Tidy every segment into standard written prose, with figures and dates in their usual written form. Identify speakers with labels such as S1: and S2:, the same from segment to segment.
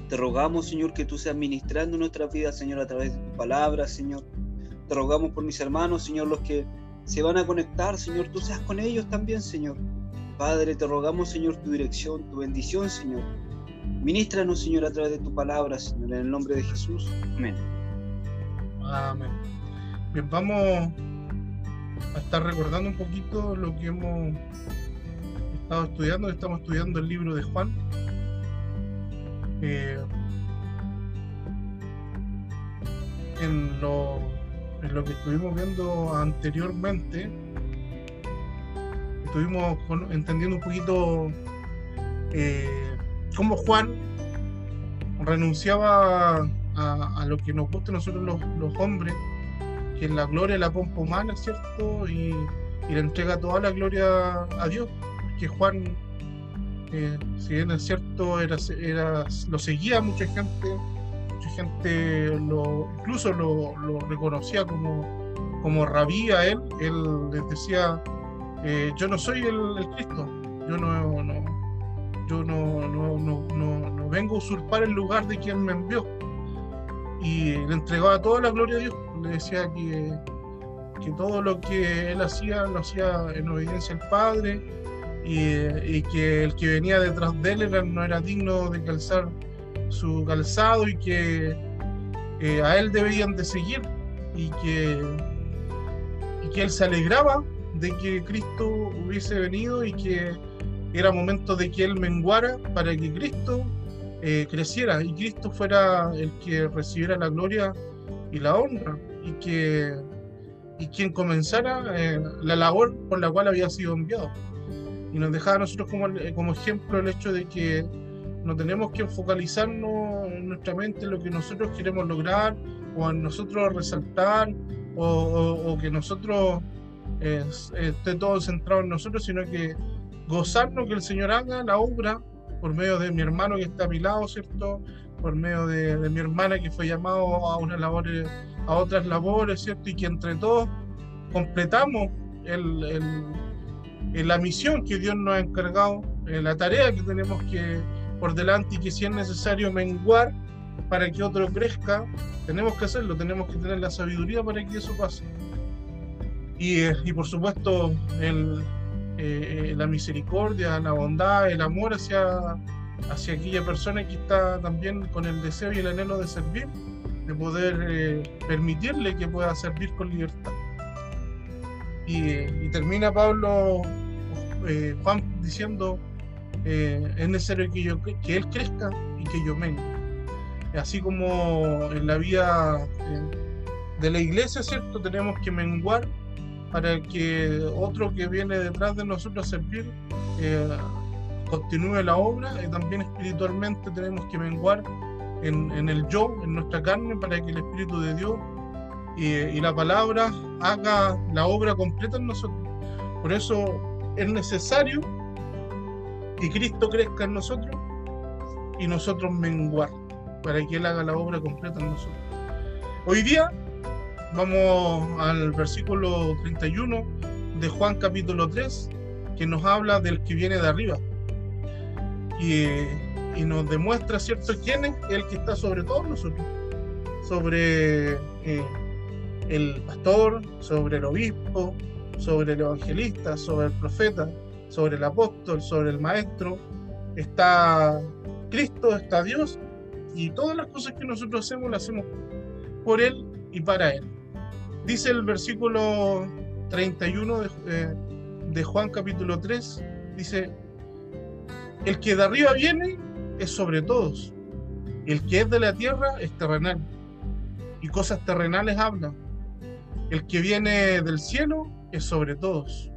S1: Te rogamos, Señor, que tú seas ministrando nuestras vidas, Señor, a través de tu palabra, Señor. Te rogamos por mis hermanos, Señor, los que se van a conectar, Señor, tú seas con ellos también, Señor. Padre, te rogamos, Señor, tu dirección, tu bendición, Señor. Ministranos, Señor, a través de tu palabra, Señor, en el nombre de Jesús. Amén.
S2: Amén. Bien, vamos a estar recordando un poquito lo que hemos estado estudiando. Estamos estudiando el libro de Juan. En lo que estuvimos viendo anteriormente, estuvimos entendiendo un poquito cómo Juan renunciaba a lo que nos gusta a nosotros los hombres, que es la gloria y la pompa humana, ¿cierto? Y le entrega toda la gloria a Dios, porque Juan, si bien es cierto, lo seguía mucha gente incluso lo reconocía como rabí a él. Él les decía, yo no soy el Cristo, yo no vengo a usurpar el lugar de quien me envió, y le entregaba toda la gloria a Dios. Le decía que todo lo que él hacía lo hacía en obediencia al Padre, y que el que venía detrás de él no era digno de calzar su calzado, y que a él debían de seguir, y que él se alegraba de que Cristo hubiese venido, y que era momento de que él menguara para que Cristo creciera, y Cristo fuera el que recibiera la gloria y la honra, y quien comenzara la labor por la cual había sido enviado. Y nos dejaba a nosotros como ejemplo el hecho de que no tenemos que focalizarnos en nuestra mente en lo que nosotros queremos lograr, o en nosotros resaltar, o que nosotros esté todo centrado en nosotros, sino que gozarnos que el Señor haga la obra por medio de mi hermano que está a mi lado, ¿cierto? Por medio de mi hermana que fue llamado a otras labores, ¿cierto? Y que entre todos completamos la misión que Dios nos ha encargado, la tarea que tenemos por delante, y que si es necesario menguar para que otro crezca, tenemos que hacerlo, tenemos que tener la sabiduría para que eso pase. Y por supuesto la misericordia, la bondad, el amor hacia aquella persona que está también con el deseo y el anhelo de servir, de poder permitirle que pueda servir con libertad. Y termina Juan diciendo, es necesario que él crezca y que yo mengue. Así como en la vida de la iglesia, ¿cierto? Tenemos que menguar para que otro que viene detrás de nosotros a servir continúe la obra, y también espiritualmente tenemos que menguar en el yo, en nuestra carne, para que el Espíritu de Dios y la palabra haga la obra completa en nosotros. Por eso es necesario que Cristo crezca en nosotros y nosotros menguar, para que Él haga la obra completa en nosotros. Hoy día vamos al versículo 31 de Juan capítulo 3, que nos habla del que viene de arriba, y nos demuestra, ¿cierto?, quién es el que está sobre todos nosotros, sobre el pastor, sobre el obispo, sobre el evangelista, sobre el profeta, sobre el apóstol, sobre el maestro. Está Cristo, está Dios, y todas las cosas que nosotros hacemos las hacemos por Él y para Él. Dice el versículo 31 de Juan capítulo 3, dice: el que de arriba viene es sobre todos, el que es de la tierra es terrenal, y cosas terrenales habla. El que viene del cielo es sobre todos.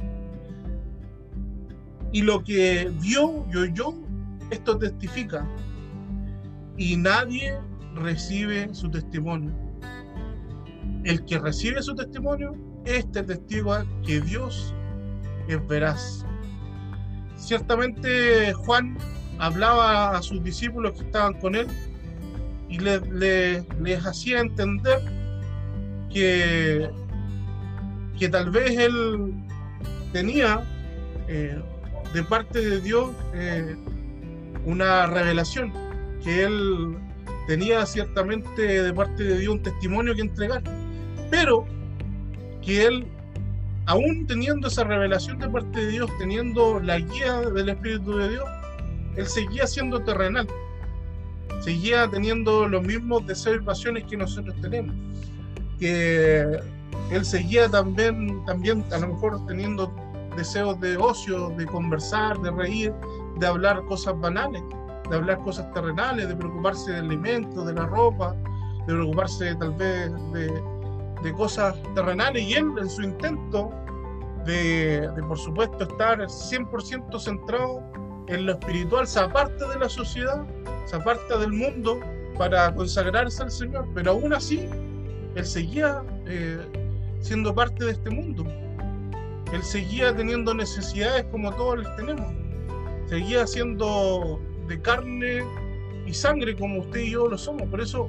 S2: Y lo que vio y oyó, esto testifica, y nadie recibe su testimonio. El que recibe su testimonio, este testigo que Dios es veraz. Ciertamente Juan hablaba a sus discípulos que estaban con él, y les hacía entender que tal vez él tenía de parte de Dios una revelación, que él tenía ciertamente de parte de Dios un testimonio que entregar, pero que él, aún teniendo esa revelación de parte de Dios, teniendo la guía del Espíritu de Dios, él seguía siendo terrenal, seguía teniendo los mismos deseos y pasiones que nosotros tenemos, que él seguía también a lo mejor teniendo deseos de ocio, de conversar, de reír, de hablar cosas banales, de hablar cosas terrenales, de preocuparse del alimento, de la ropa, de preocuparse tal vez de cosas terrenales, y él en su intento de por supuesto estar 100% centrado en lo espiritual, se aparta de la sociedad, se aparta del mundo para consagrarse al Señor, pero aún así él seguía siendo parte de este mundo, él seguía teniendo necesidades como todos las tenemos, seguía siendo de carne y sangre como usted y yo lo somos. Por eso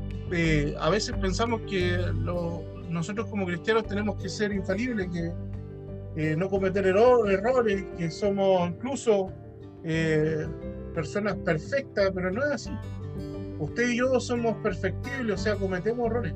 S2: a veces pensamos que nosotros como cristianos tenemos que ser infalibles, que no cometer errores, que somos incluso personas perfectas, pero no es así. Usted y yo somos perfectibles, o sea, cometemos errores.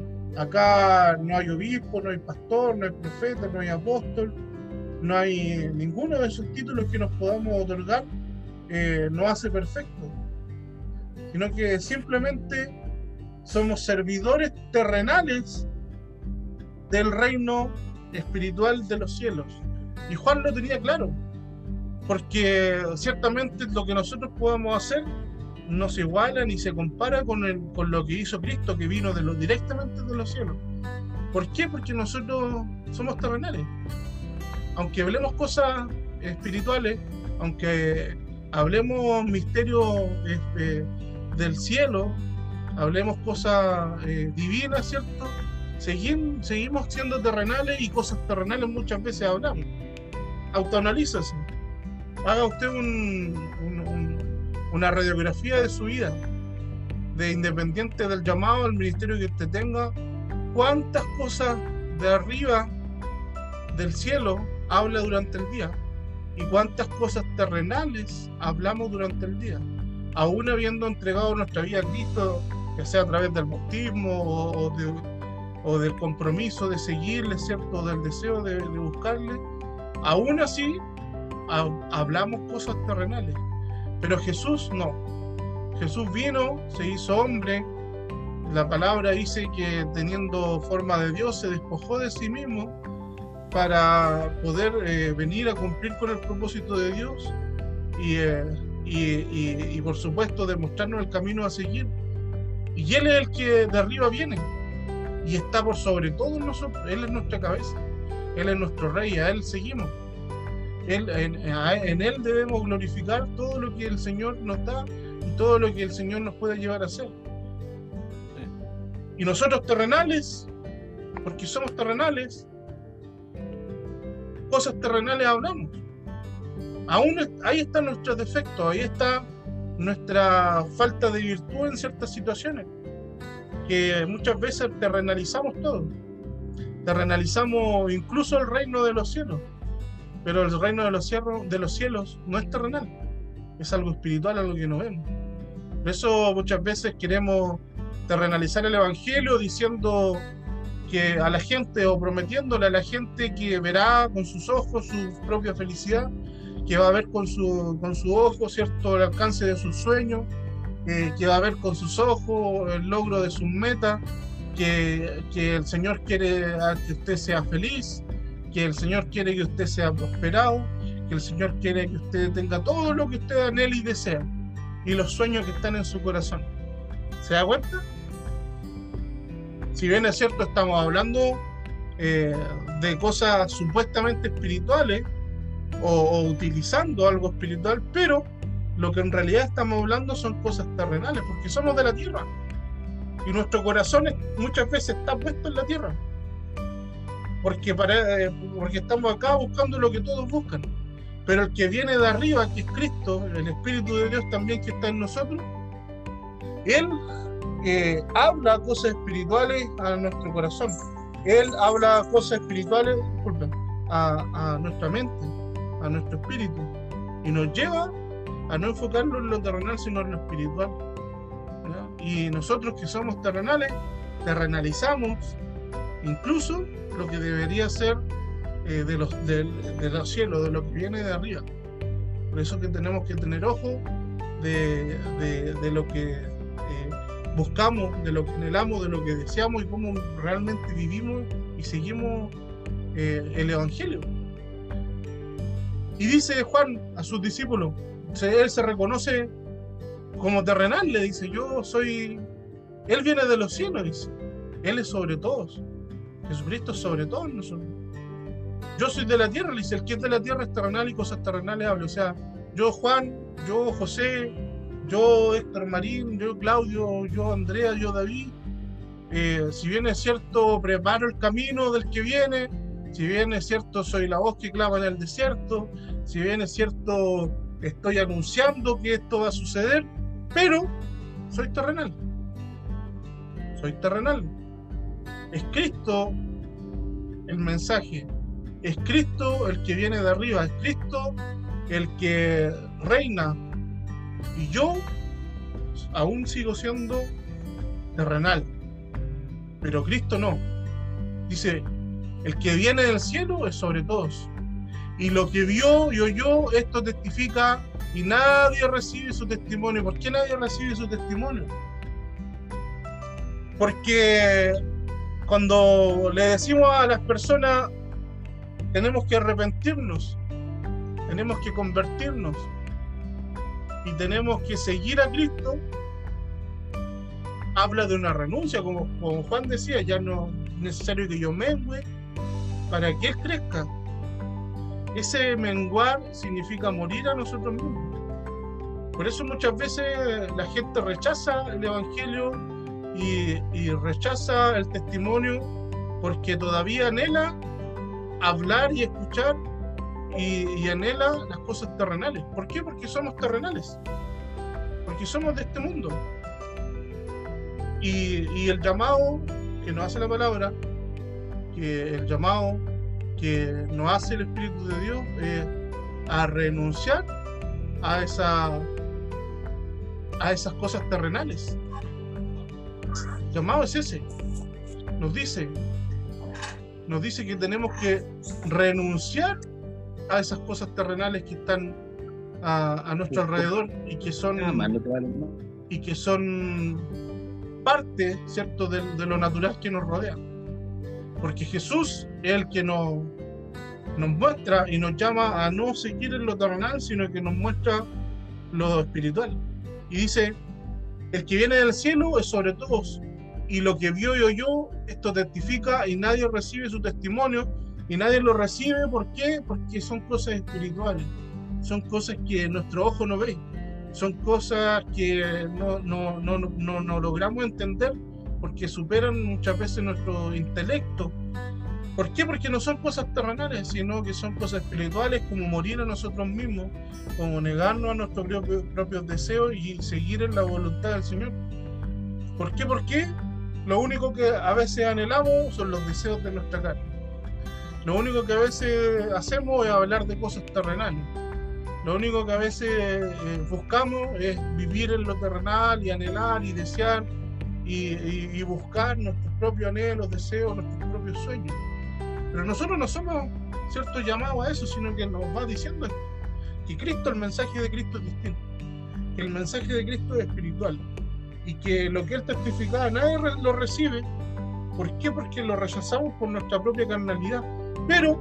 S2: Acá no hay obispo, no hay pastor, no hay profeta, no hay apóstol, no hay ninguno de esos títulos que nos podamos otorgar, no hace perfecto, sino que simplemente somos servidores terrenales del reino espiritual de los cielos. Y Juan lo tenía claro, porque ciertamente lo que nosotros podamos hacer no se iguala ni se compara con lo que hizo Cristo, que vino directamente de los cielos. ¿Por qué? Porque nosotros somos terrenales. Aunque hablemos cosas espirituales, aunque hablemos misterios del cielo, hablemos cosas divinas, ¿cierto? Seguimos siendo terrenales, y cosas terrenales muchas veces hablamos. Autoanalízase. Haga usted una radiografía de su vida, de independiente del llamado, al ministerio que usted tenga. ¿Cuántas cosas de arriba del cielo habla durante el día? ¿Y cuántas cosas terrenales hablamos durante el día? Aún habiendo entregado nuestra vida a Cristo, ya sea a través del bautismo o del compromiso de seguirle, ¿cierto? Del deseo de buscarle, aún así hablamos cosas terrenales. Pero Jesús no. Jesús vino, se hizo hombre. La palabra dice que teniendo forma de Dios se despojó de sí mismo para poder venir a cumplir con el propósito de Dios y por supuesto demostrarnos el camino a seguir. Y Él es el que de arriba viene y está por sobre todos nosotros. Él es nuestra cabeza, Él es nuestro rey, a Él seguimos. En Él debemos glorificar todo lo que el Señor nos da y todo lo que el Señor nos puede llevar a hacer. Y nosotros terrenales, porque somos terrenales, cosas terrenales hablamos. Aún ahí están nuestros defectos, ahí está nuestra falta de virtud en ciertas situaciones, que muchas veces terrenalizamos todo. Terrenalizamos incluso el reino de los cielos. Pero el reino de los cielos no es terrenal, es algo espiritual, algo que no vemos. Por eso muchas veces queremos terrenalizar el evangelio diciendo que a la gente, o prometiéndole a la gente que verá con sus ojos su propia felicidad, que va a ver con su ojo, ¿cierto?, el alcance de sus sueños, que va a ver con sus ojos el logro de sus metas, que el Señor quiere que usted sea feliz, que el Señor quiere que usted sea prosperado, que el Señor quiere que usted tenga todo lo que usted anhela y desea, y los sueños que están en su corazón. ¿Se da cuenta? Si bien es cierto, estamos hablando de cosas supuestamente espirituales o utilizando algo espiritual, pero lo que en realidad estamos hablando son cosas terrenales, porque somos de la tierra y nuestro corazón muchas veces está puesto en la tierra, porque estamos acá buscando lo que todos buscan. Pero el que viene de arriba, que es Cristo, el Espíritu de Dios también que está en nosotros, Él habla cosas espirituales a nuestro corazón. Él habla cosas espirituales, a nuestra mente, a nuestro espíritu, y nos lleva a no enfocarlo en lo terrenal, sino en lo espiritual, ¿ya? Y nosotros que somos terrenales, terrenalizamos incluso lo que debería ser de los cielos, de lo que viene de arriba. Por eso que tenemos que tener ojo de lo que buscamos, de lo que anhelamos, de lo que deseamos y cómo realmente vivimos y seguimos el Evangelio. Y dice Juan a sus discípulos, él se reconoce como terrenal, le dice, él viene de los cielos, dice, él es sobre todos, Jesucristo es sobre todos nosotros. Yo soy de la tierra, le dice, el que es de la tierra es terrenal y cosas terrenales habla. O sea, yo Juan, yo José, yo Héctor Marín, yo Claudio, yo Andrea, yo David, si bien es cierto, preparo el camino del que viene, si bien es cierto, soy la voz que clama en el desierto, si bien es cierto, estoy anunciando que esto va a suceder, pero soy terrenal. Soy terrenal. Es Cristo el mensaje, es Cristo el que viene de arriba, es Cristo el que reina, y yo aún sigo siendo terrenal, pero Cristo no. Dice, el que viene del cielo es sobre todos, y lo que vio y oyó, esto testifica, y nadie recibe su testimonio. ¿Por qué nadie recibe su testimonio? Porque cuando le decimos a las personas, tenemos que arrepentirnos, tenemos que convertirnos y tenemos que seguir a Cristo, habla de una renuncia, como Juan decía, ya no es necesario que yo mengue para que Él crezca. Ese menguar significa morir a nosotros mismos. Por eso muchas veces la gente rechaza el Evangelio y rechaza el testimonio, porque todavía anhela hablar y escuchar y anhela las cosas terrenales. ¿Por qué? Porque somos terrenales, porque somos de este mundo. Y el llamado que nos hace la palabra, que el llamado que nos hace el Espíritu de Dios es a renunciar a esas cosas terrenales. El llamado es ese. Nos dice que tenemos que renunciar a esas cosas terrenales que están a nuestro alrededor y que son parte, ¿cierto?, de lo natural que nos rodea. Porque Jesús es el que nos muestra y nos llama a no seguir en lo terrenal, sino que nos muestra lo espiritual. Y dice, el que viene del cielo es sobre todos, y lo que vio y oyó, esto testifica, y nadie recibe su testimonio, y nadie lo recibe. ¿Por qué? Porque son cosas espirituales, son cosas que nuestro ojo no ve, son cosas que no logramos entender, porque superan muchas veces nuestro intelecto. ¿Por qué? Porque no son cosas terrenales, sino que son cosas espirituales, como morir a nosotros mismos, como negarnos a nuestros propios deseos y seguir en la voluntad del Señor. ¿Por qué? Porque lo único que a veces anhelamos son los deseos de nuestra carne. Lo único que a veces hacemos es hablar de cosas terrenales. Lo único que a veces buscamos es vivir en lo terrenal y anhelar y desear y buscar nuestros propios anhelos, deseos, nuestros propios sueños. Pero nosotros no somos, ¿cierto?, llamados a eso, sino que nos va diciendo que Cristo, el mensaje de Cristo es distinto, que el mensaje de Cristo es espiritual, y que lo que Él testificaba nadie lo recibe. ¿Por qué? Porque lo rechazamos por nuestra propia carnalidad. Pero,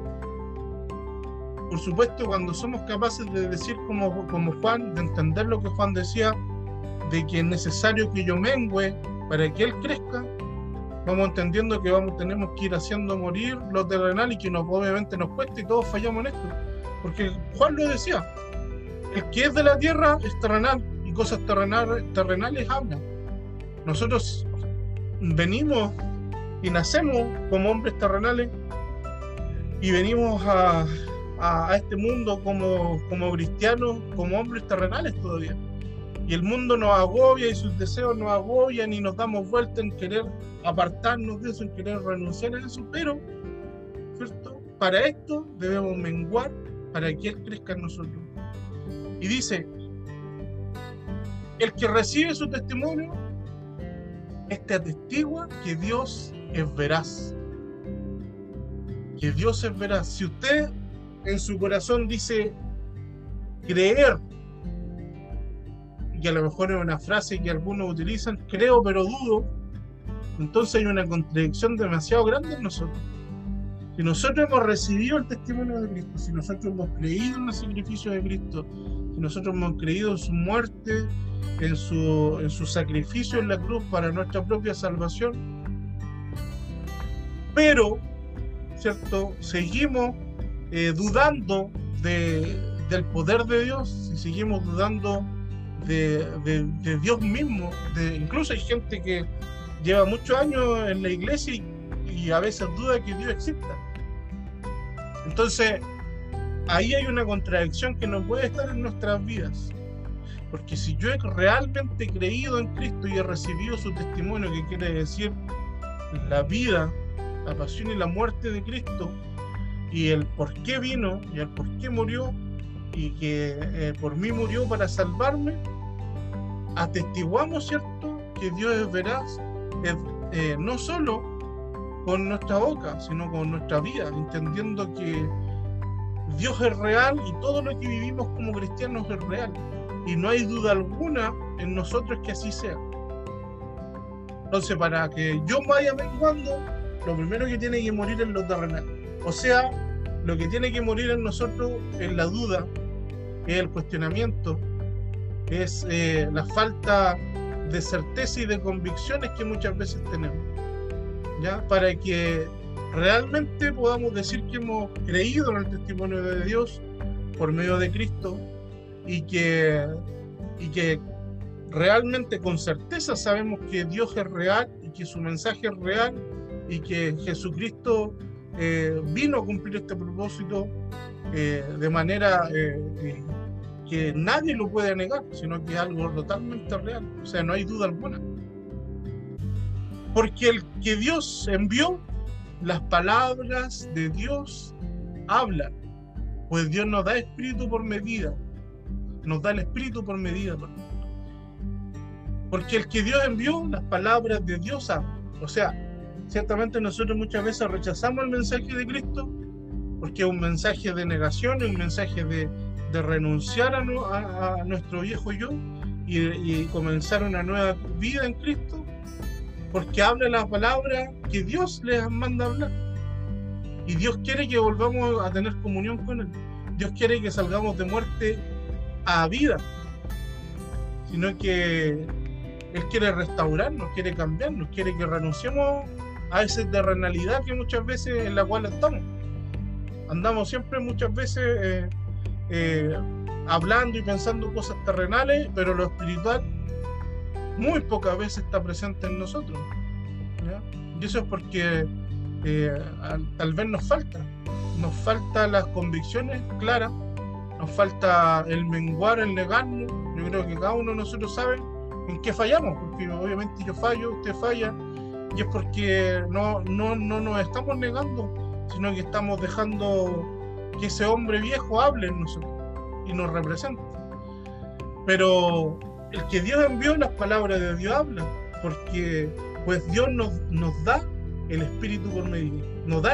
S2: por supuesto, cuando somos capaces de decir como Juan, de entender lo que Juan decía, de que es necesario que yo mengüe para que Él crezca, vamos entendiendo que tenemos que ir haciendo morir lo terrenal, y que obviamente nos cuesta, y todos fallamos en esto. Porque Juan lo decía, el que es de la tierra es terrenal, y cosas terrenales hablan. Nosotros venimos y nacemos como hombres terrenales, y venimos a este mundo como cristianos, como hombres terrenales todavía. Y el mundo nos agobia, y sus deseos nos agobian, y nos damos vuelta en querer apartarnos de eso, en querer renunciar a eso. Pero, ¿cierto?, para esto debemos menguar para que Él crezca en nosotros. Y dice, el que recibe su testimonio, este atestigua que Dios es veraz. Que Dios es veraz. Si usted en su corazón dice creer, y a lo mejor es una frase que algunos utilizan, creo pero dudo, entonces hay una contradicción demasiado grande en nosotros. Si nosotros hemos recibido el testimonio de Cristo, si nosotros hemos creído en el sacrificio de Cristo, si nosotros hemos creído en su muerte, en su sacrificio en la cruz para nuestra propia salvación, pero, ¿cierto?, seguimos dudando del poder de Dios, si seguimos dudando de Dios mismo, incluso hay gente que lleva muchos años en la iglesia y a veces duda que Dios exista. Entonces, ahí hay una contradicción que no puede estar en nuestras vidas. Porque si yo he realmente creído en Cristo y he recibido su testimonio, que quiere decir la vida, la pasión y la muerte de Cristo, y el por qué vino y el por qué murió, y que por mí murió para salvarme, atestiguamos, ¿cierto?, que Dios es veraz, no solo con nuestra boca, sino con nuestra vida, entendiendo que Dios es real y todo lo que vivimos como cristianos es real, y no hay duda alguna en nosotros que así sea. Entonces, para que yo vaya menguando, lo primero que tiene que morir es lo terrenal. O sea, lo que tiene que morir en nosotros es la duda, es el cuestionamiento, es la falta de certeza y de convicciones que muchas veces tenemos, ¿ya? Para que realmente podamos decir que hemos creído en el testimonio de Dios por medio de Cristo y que realmente con certeza sabemos que Dios es real y que su mensaje es real y que Jesucristo vino a cumplir este propósito de manera que nadie lo puede negar, sino que es algo totalmente real. O sea, no hay duda alguna. Porque el que Dios envió, las palabras de Dios hablan, pues Dios nos da espíritu por medida, nos da el espíritu por medida. Porque el que Dios envió, las palabras de Dios hablan. O sea, ciertamente nosotros muchas veces rechazamos el mensaje de Cristo porque es un mensaje de negación, es un mensaje de renunciar a nuestro viejo yo y comenzar una nueva vida en Cristo, porque habla la palabra que Dios les manda hablar. Y Dios quiere que volvamos a tener comunión con Él. Dios quiere que salgamos de muerte a vida, sino que Él quiere restaurarnos, quiere cambiarnos, quiere que renunciemos a esa terrenalidad que muchas veces en la cual andamos siempre muchas veces hablando y pensando cosas terrenales, pero lo espiritual muy pocas veces está presente en nosotros, ¿ya? Y eso es porque tal vez nos falta las convicciones claras, nos falta el menguar, el negarnos. Yo creo que cada uno de nosotros sabe en qué fallamos, porque obviamente yo fallo, usted falla, y es porque no nos estamos negando, sino que estamos dejando que ese hombre viejo hable en nosotros y nos represente. Pero el que Dios envió, las palabras de Dios hablan, porque pues Dios nos da el Espíritu por medida,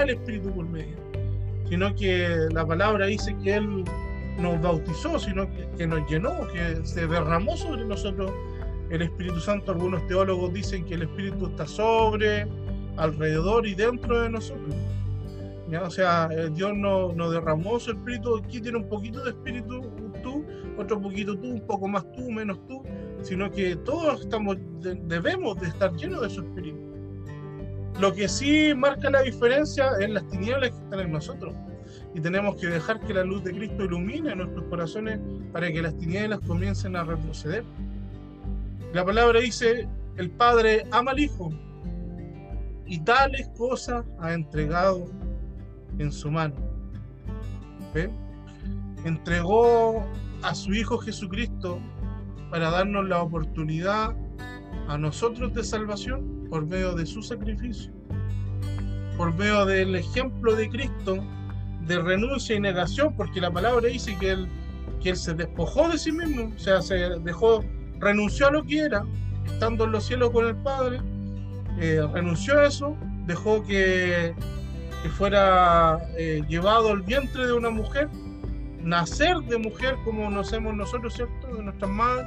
S2: sino que la palabra dice que Él nos bautizó, sino que nos llenó, que se derramó sobre nosotros el Espíritu Santo. Algunos teólogos dicen que el Espíritu está sobre, alrededor y dentro de nosotros, ¿ya? O sea, Dios nos derramó su Espíritu. Aquí tiene un poquito de Espíritu tú, otro poquito tú, un poco más tú, menos tú, sino que todos debemos de estar llenos de su Espíritu. Lo que sí marca la diferencia es las tinieblas que están en nosotros, y tenemos que dejar que la luz de Cristo ilumine nuestros corazones para que las tinieblas comiencen a retroceder. La palabra dice: el Padre ama al Hijo y tales cosas ha entregado en su mano. ¿Ve? Entregó a su Hijo Jesucristo para darnos la oportunidad a nosotros de salvación por medio de su sacrificio, por medio del ejemplo de Cristo de renuncia y negación, porque la palabra dice que él se despojó de sí mismo, o sea, se dejó renunció a lo que era, estando en los cielos con el Padre, renunció a eso, dejó que fuera llevado al vientre de una mujer, nacer de mujer como nacemos nosotros, ¿cierto?, de nuestras madres,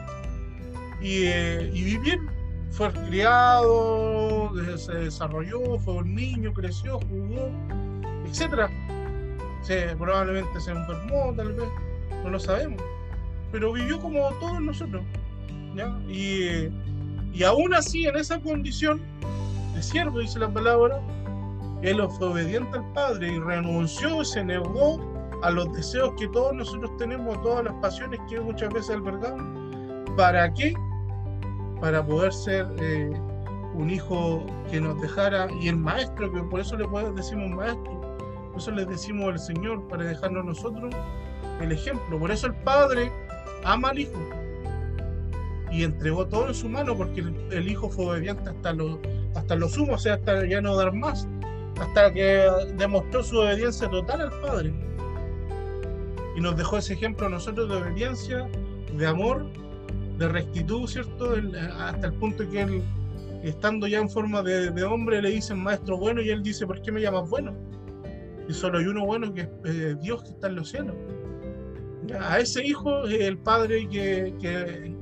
S2: y vivir. Fue criado, se desarrolló, fue un niño, creció, jugó, etc. Probablemente se enfermó, tal vez, no lo sabemos, pero vivió como todos nosotros, ¿ya? Y aún así, en esa condición de siervo, dice la palabra, él fue obediente al Padre y renunció y se negó a los deseos que todos nosotros tenemos, a todas las pasiones que muchas veces albergamos. ¿Para qué? Para poder ser un hijo que nos dejara, y el maestro, que por eso le decimos maestro, por eso le decimos el Señor, para dejarnos nosotros el ejemplo. Por eso el Padre ama al Hijo y entregó todo en su mano, porque el Hijo fue obediente hasta lo sumo, o sea, hasta ya no dar más, hasta que demostró su obediencia total al Padre. Y nos dejó ese ejemplo a nosotros de obediencia, de amor, de rectitud, ¿cierto? Hasta el punto que él, estando ya en forma de hombre, le dicen maestro bueno, y él dice, ¿por qué me llamas bueno? Y solo hay uno bueno, que es Dios, que está en los cielos. A ese hijo, el Padre que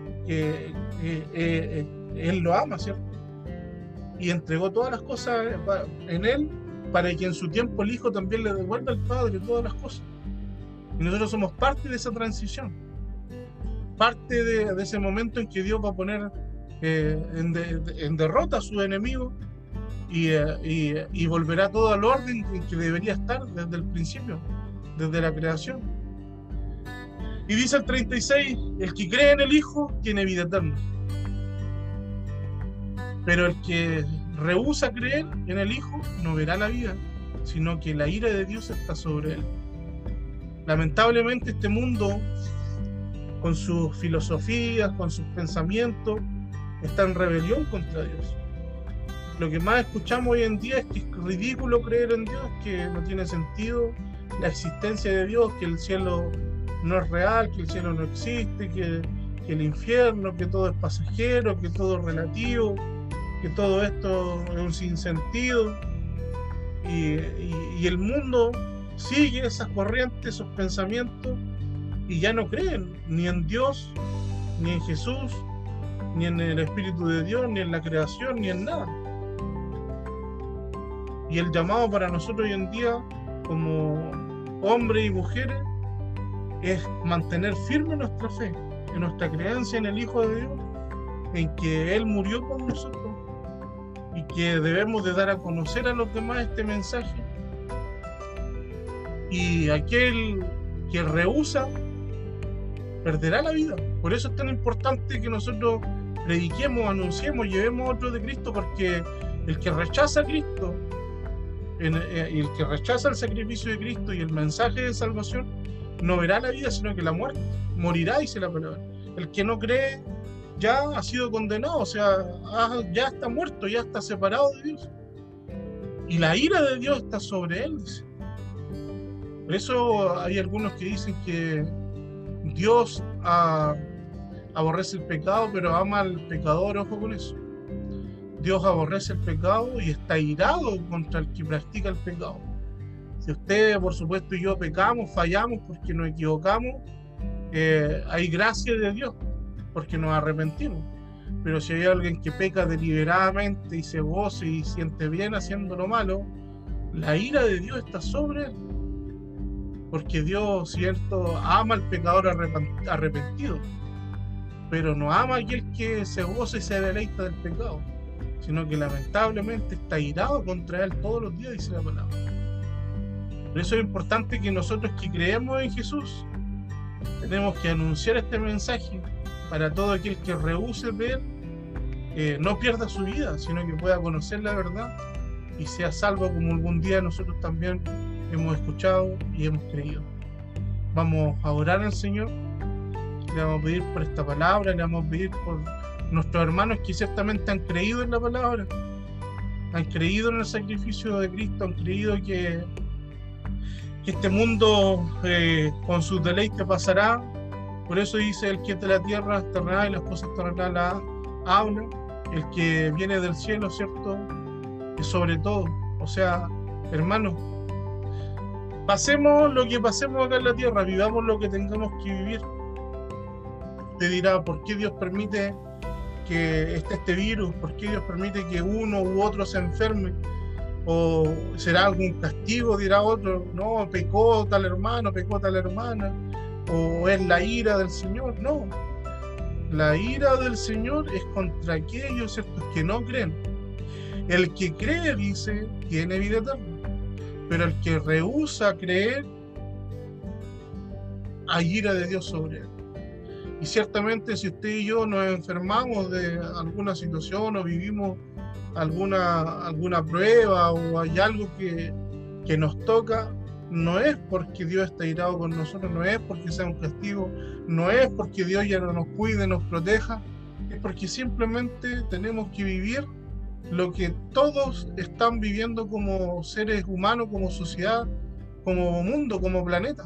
S2: él lo ama, ¿cierto? Y entregó todas las cosas en él, para que en su tiempo el Hijo también le devuelva al Padre todas las cosas. Y nosotros somos parte de esa transición, parte de ese momento en que Dios va a poner en derrota a sus enemigos, y volverá todo al orden en que debería estar desde el principio, desde la creación. Y dice el 36, el que cree en el Hijo tiene vida eterna, pero el que rehúsa creer en el Hijo no verá la vida, sino que la ira de Dios está sobre él. Lamentablemente este mundo, con sus filosofías, con sus pensamientos, está en rebelión contra Dios. Lo que más escuchamos hoy en día es que es ridículo creer en Dios, que no tiene sentido la existencia de Dios, que el cielo no es real, que el cielo no existe, que el infierno, que todo es pasajero, que todo es relativo, que todo esto es un sinsentido. Y el mundo sigue esas corrientes, esos pensamientos, y ya no creen ni en Dios, ni en Jesús, ni en el Espíritu de Dios, ni en la creación, ni en nada. Y el llamado para nosotros hoy en día, como hombres y mujeres, es mantener firme nuestra fe, en nuestra creencia en el Hijo de Dios, en que Él murió por nosotros, y que debemos de dar a conocer a los demás este mensaje. Y aquel que rehúsa perderá la vida. Por eso es tan importante que nosotros prediquemos, anunciemos, llevemos a otros de Cristo, porque el que rechaza a Cristo, el que rechaza el sacrificio de Cristo y el mensaje de salvación, no verá la vida, sino que la muerte. Morirá, dice la palabra. El que no cree ya ha sido condenado, o sea, ya está muerto, ya está separado de Dios. Y la ira de Dios está sobre él, dice. Por eso hay algunos que dicen que Dios aborrece el pecado, pero ama al pecador. Ojo con eso. Dios aborrece el pecado y está irado contra el que practica el pecado. Si usted, por supuesto, y yo pecamos, fallamos porque nos equivocamos, hay gracia de Dios porque nos arrepentimos. Pero si hay alguien que peca deliberadamente y se goza y siente bien haciendo lo malo, la ira de Dios está sobre él. Porque Dios, cierto, ama al pecador arrepentido, pero no ama a aquel que se goza y se deleita del pecado, sino que lamentablemente está irado contra él todos los días, dice la palabra. Por eso es importante que nosotros que creemos en Jesús tenemos que anunciar este mensaje para todo aquel que rehúse ver, no pierda su vida, sino que pueda conocer la verdad y sea salvo, como algún día nosotros también hemos escuchado y hemos creído. Vamos a orar al Señor, le vamos a pedir por esta palabra, le vamos a pedir por nuestros hermanos que ciertamente han creído en la palabra, han creído en el sacrificio de Cristo, han creído que este mundo con sus deleites pasará, Por eso dice: el que es de la tierra es terrenal y las cosas terrenales habla. El que viene del cielo, ¿cierto?, es sobre todo. O sea, hermanos, pasemos lo que pasemos acá en la tierra, vivamos lo que tengamos que vivir. Usted dirá: ¿por qué Dios permite que esté este virus? ¿Por qué Dios permite que uno u otro se enferme? ¿O será algún castigo? Dirá otro: no, pecó tal hermano, pecó tal hermana, o es la ira del Señor. No, la ira del Señor es contra aquellos, ¿cierto?, que no creen. El que cree, dice, tiene vida eterna, pero el que rehúsa creer, hay ira de Dios sobre él. Y ciertamente, si usted y yo nos enfermamos de alguna situación o vivimos alguna prueba o hay algo que nos toca, no es porque Dios está irado con nosotros, no es porque sea un castigo, no es porque Dios ya no nos cuide, nos proteja, es porque simplemente tenemos que vivir lo que todos están viviendo como seres humanos, como sociedad, como mundo, como planeta.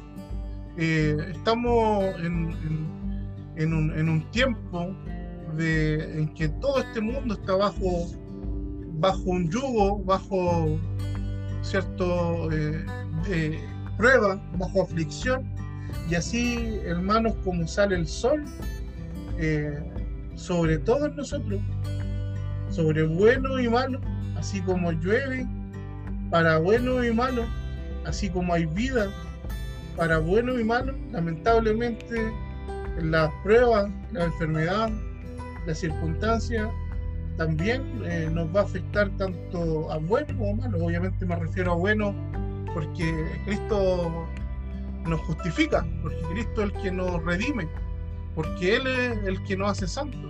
S2: Estamos en un tiempo en que todo este mundo está bajo un yugo, bajo cierto prueba, bajo aflicción, y así, hermanos, como sale el sol sobre todos nosotros, sobre bueno y malo, así como llueve para bueno y malo, así como hay vida para bueno y malo, lamentablemente las pruebas, la enfermedad, las circunstancias también nos va a afectar tanto a bueno como a malo. Obviamente me refiero a bueno porque Cristo nos justifica, porque Cristo es el que nos redime, porque Él es el que nos hace santos.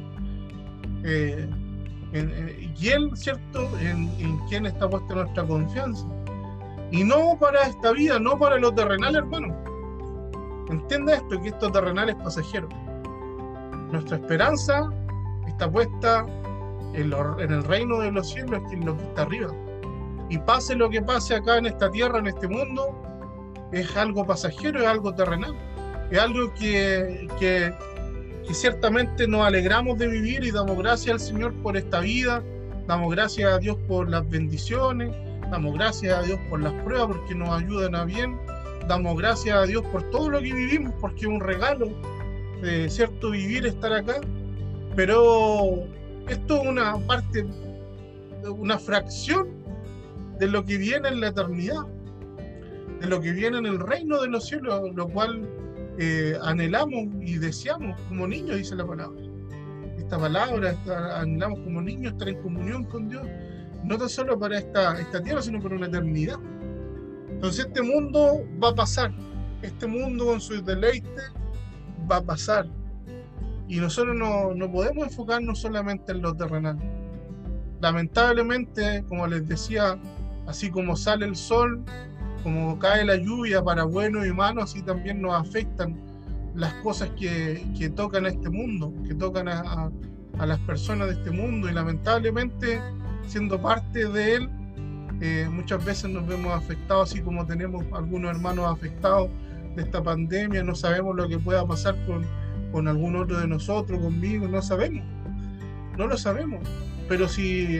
S2: Y Él, ¿cierto?, en quien está puesta nuestra confianza. Y no para esta vida, no para lo terrenal, hermano. Entienda esto, que esto terrenal es pasajero. Nuestra esperanza está puesta en el reino de los cielos, que es lo que está arriba. Y pase lo que pase acá en esta tierra, en este mundo, es algo pasajero, es algo terrenal. Es algo que ciertamente nos alegramos de vivir y damos gracias al Señor por esta vida, damos gracias a Dios por las bendiciones, damos gracias a Dios por las pruebas porque nos ayudan a bien, damos gracias a Dios por todo lo que vivimos porque es un regalo, cierto, vivir, estar acá. Pero esto es una parte, una fracción de lo que viene en la eternidad, de lo que viene en el reino de los cielos, lo cual anhelamos y deseamos como niños, dice la palabra. Esta palabra, anhelamos como niños estar en comunión con Dios, no tan solo para esta tierra, sino para una eternidad. Entonces este mundo va a pasar, este mundo con sus deleites va a pasar, y nosotros no podemos enfocarnos solamente en lo terrenal. Lamentablemente, como les decía, así como sale el sol, como cae la lluvia para bueno y malo, así también nos afectan las cosas que tocan a este mundo, que tocan a las personas de este mundo, y lamentablemente, siendo parte de él, muchas veces nos vemos afectados, así como tenemos algunos hermanos afectados de esta pandemia. No sabemos lo que pueda pasar con algún otro de nosotros, conmigo, no sabemos, no lo sabemos. Pero si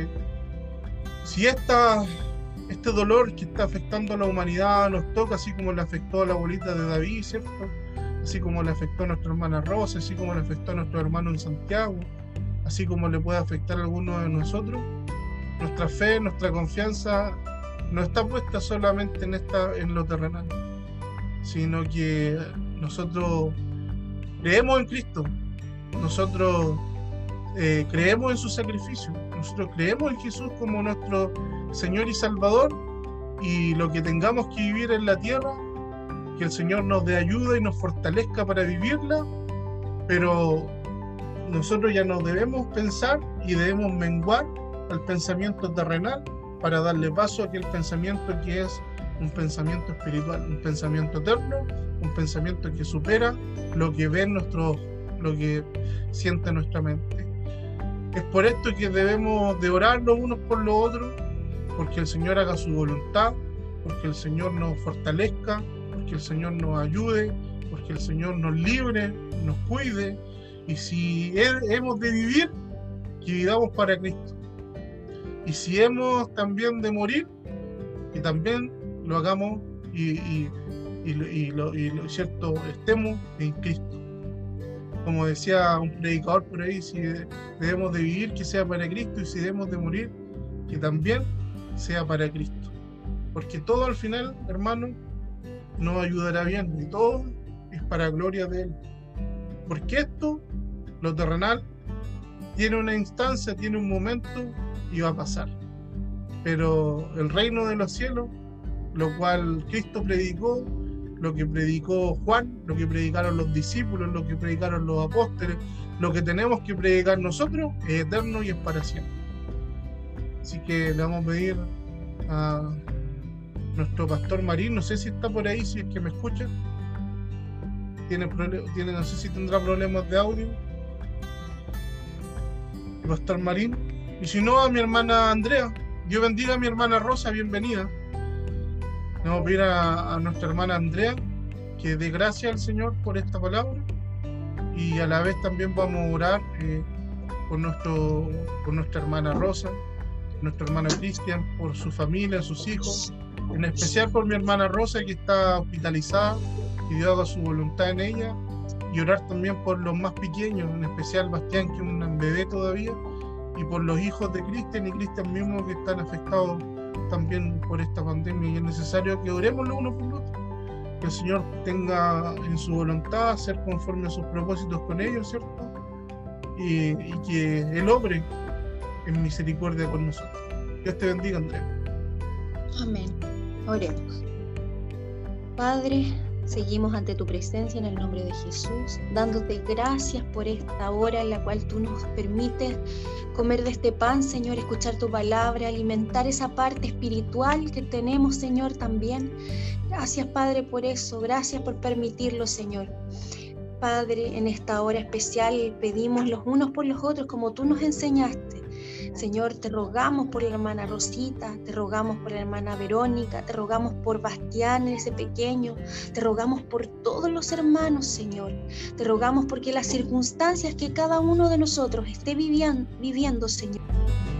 S2: este dolor que está afectando a la humanidad nos toca, así como le afectó a la abuelita de David, ¿cierto?, así como le afectó a nuestra hermana Rosa, así como le afectó a nuestro hermano en Santiago, así como le puede afectar a alguno de nosotros, nuestra fe, nuestra confianza no está puesta solamente en lo terrenal, sino que nosotros creemos en Cristo, nosotros creemos en su sacrificio, nosotros creemos en Jesús como nuestro Señor y Salvador, y lo que tengamos que vivir en la tierra, que el Señor nos dé ayuda y nos fortalezca para vivirla, pero nosotros ya no debemos pensar y debemos menguar al pensamiento terrenal para darle paso a aquel pensamiento que es un pensamiento espiritual, un pensamiento eterno, un pensamiento que supera lo que lo que siente nuestra mente. Es por esto que debemos de orar los unos por los otros, porque el Señor haga su voluntad, porque el Señor nos fortalezca, porque el Señor nos ayude, porque el Señor nos libre nos cuide, y si hemos de vivir, que vivamos para Cristo. Y si hemos también de morir, que también lo hagamos y lo cierto, estemos en Cristo. Como decía un predicador por ahí, si debemos de vivir, que sea para Cristo, y si debemos de morir, que también sea para Cristo. Porque todo al final, hermano, nos ayudará bien, y todo es para gloria de Él. Porque esto, lo terrenal, tiene una instancia, tiene un momento y va a pasar. Pero el reino de los cielos, lo cual Cristo predicó, lo que predicó Juan, lo que predicaron los discípulos, lo que predicaron los apóstoles, lo que tenemos que predicar nosotros, es eterno y es para siempre. Así que le vamos a pedir a nuestro pastor Marín, no sé si está por ahí, si es que me escucha. No sé si tendrá problemas de audio. El pastor Marín. Y si no, a mi hermana Andrea. Dios bendiga a mi hermana Rosa, bienvenida. Le vamos a pedir a nuestra hermana Andrea que dé gracias al Señor por esta palabra, y a la vez también vamos a orar por nuestra hermana Rosa, nuestro hermano Cristian, por su familia, sus hijos, en especial por mi hermana Rosa, que está hospitalizada, que Dios haga su voluntad en ella, y orar también por los más pequeños, en especial Bastián, que es un bebé todavía, y por los hijos de Cristian y Cristian mismo, que están afectados también por esta pandemia, y es necesario que oremos los unos por los otros, que el Señor tenga en su voluntad ser conforme a sus propósitos con ellos, ¿cierto? Y que Él obre en misericordia con nosotros. Dios te bendiga, Andrea.
S3: Amén. Oremos. Padre, seguimos ante tu presencia en el nombre de Jesús, dándote gracias por esta hora en la cual tú nos permites comer de este pan, Señor, escuchar tu palabra, alimentar esa parte espiritual que tenemos, Señor, también. Gracias, Padre, por eso. Gracias por permitirlo, Señor. Padre, en esta hora especial pedimos los unos por los otros como tú nos enseñaste. Señor, te rogamos por la hermana Rosita, te rogamos por la hermana Verónica, te rogamos por Bastián, ese pequeño, te rogamos por todos los hermanos, Señor. Te rogamos porque las circunstancias que cada uno de nosotros esté viviendo, Señor,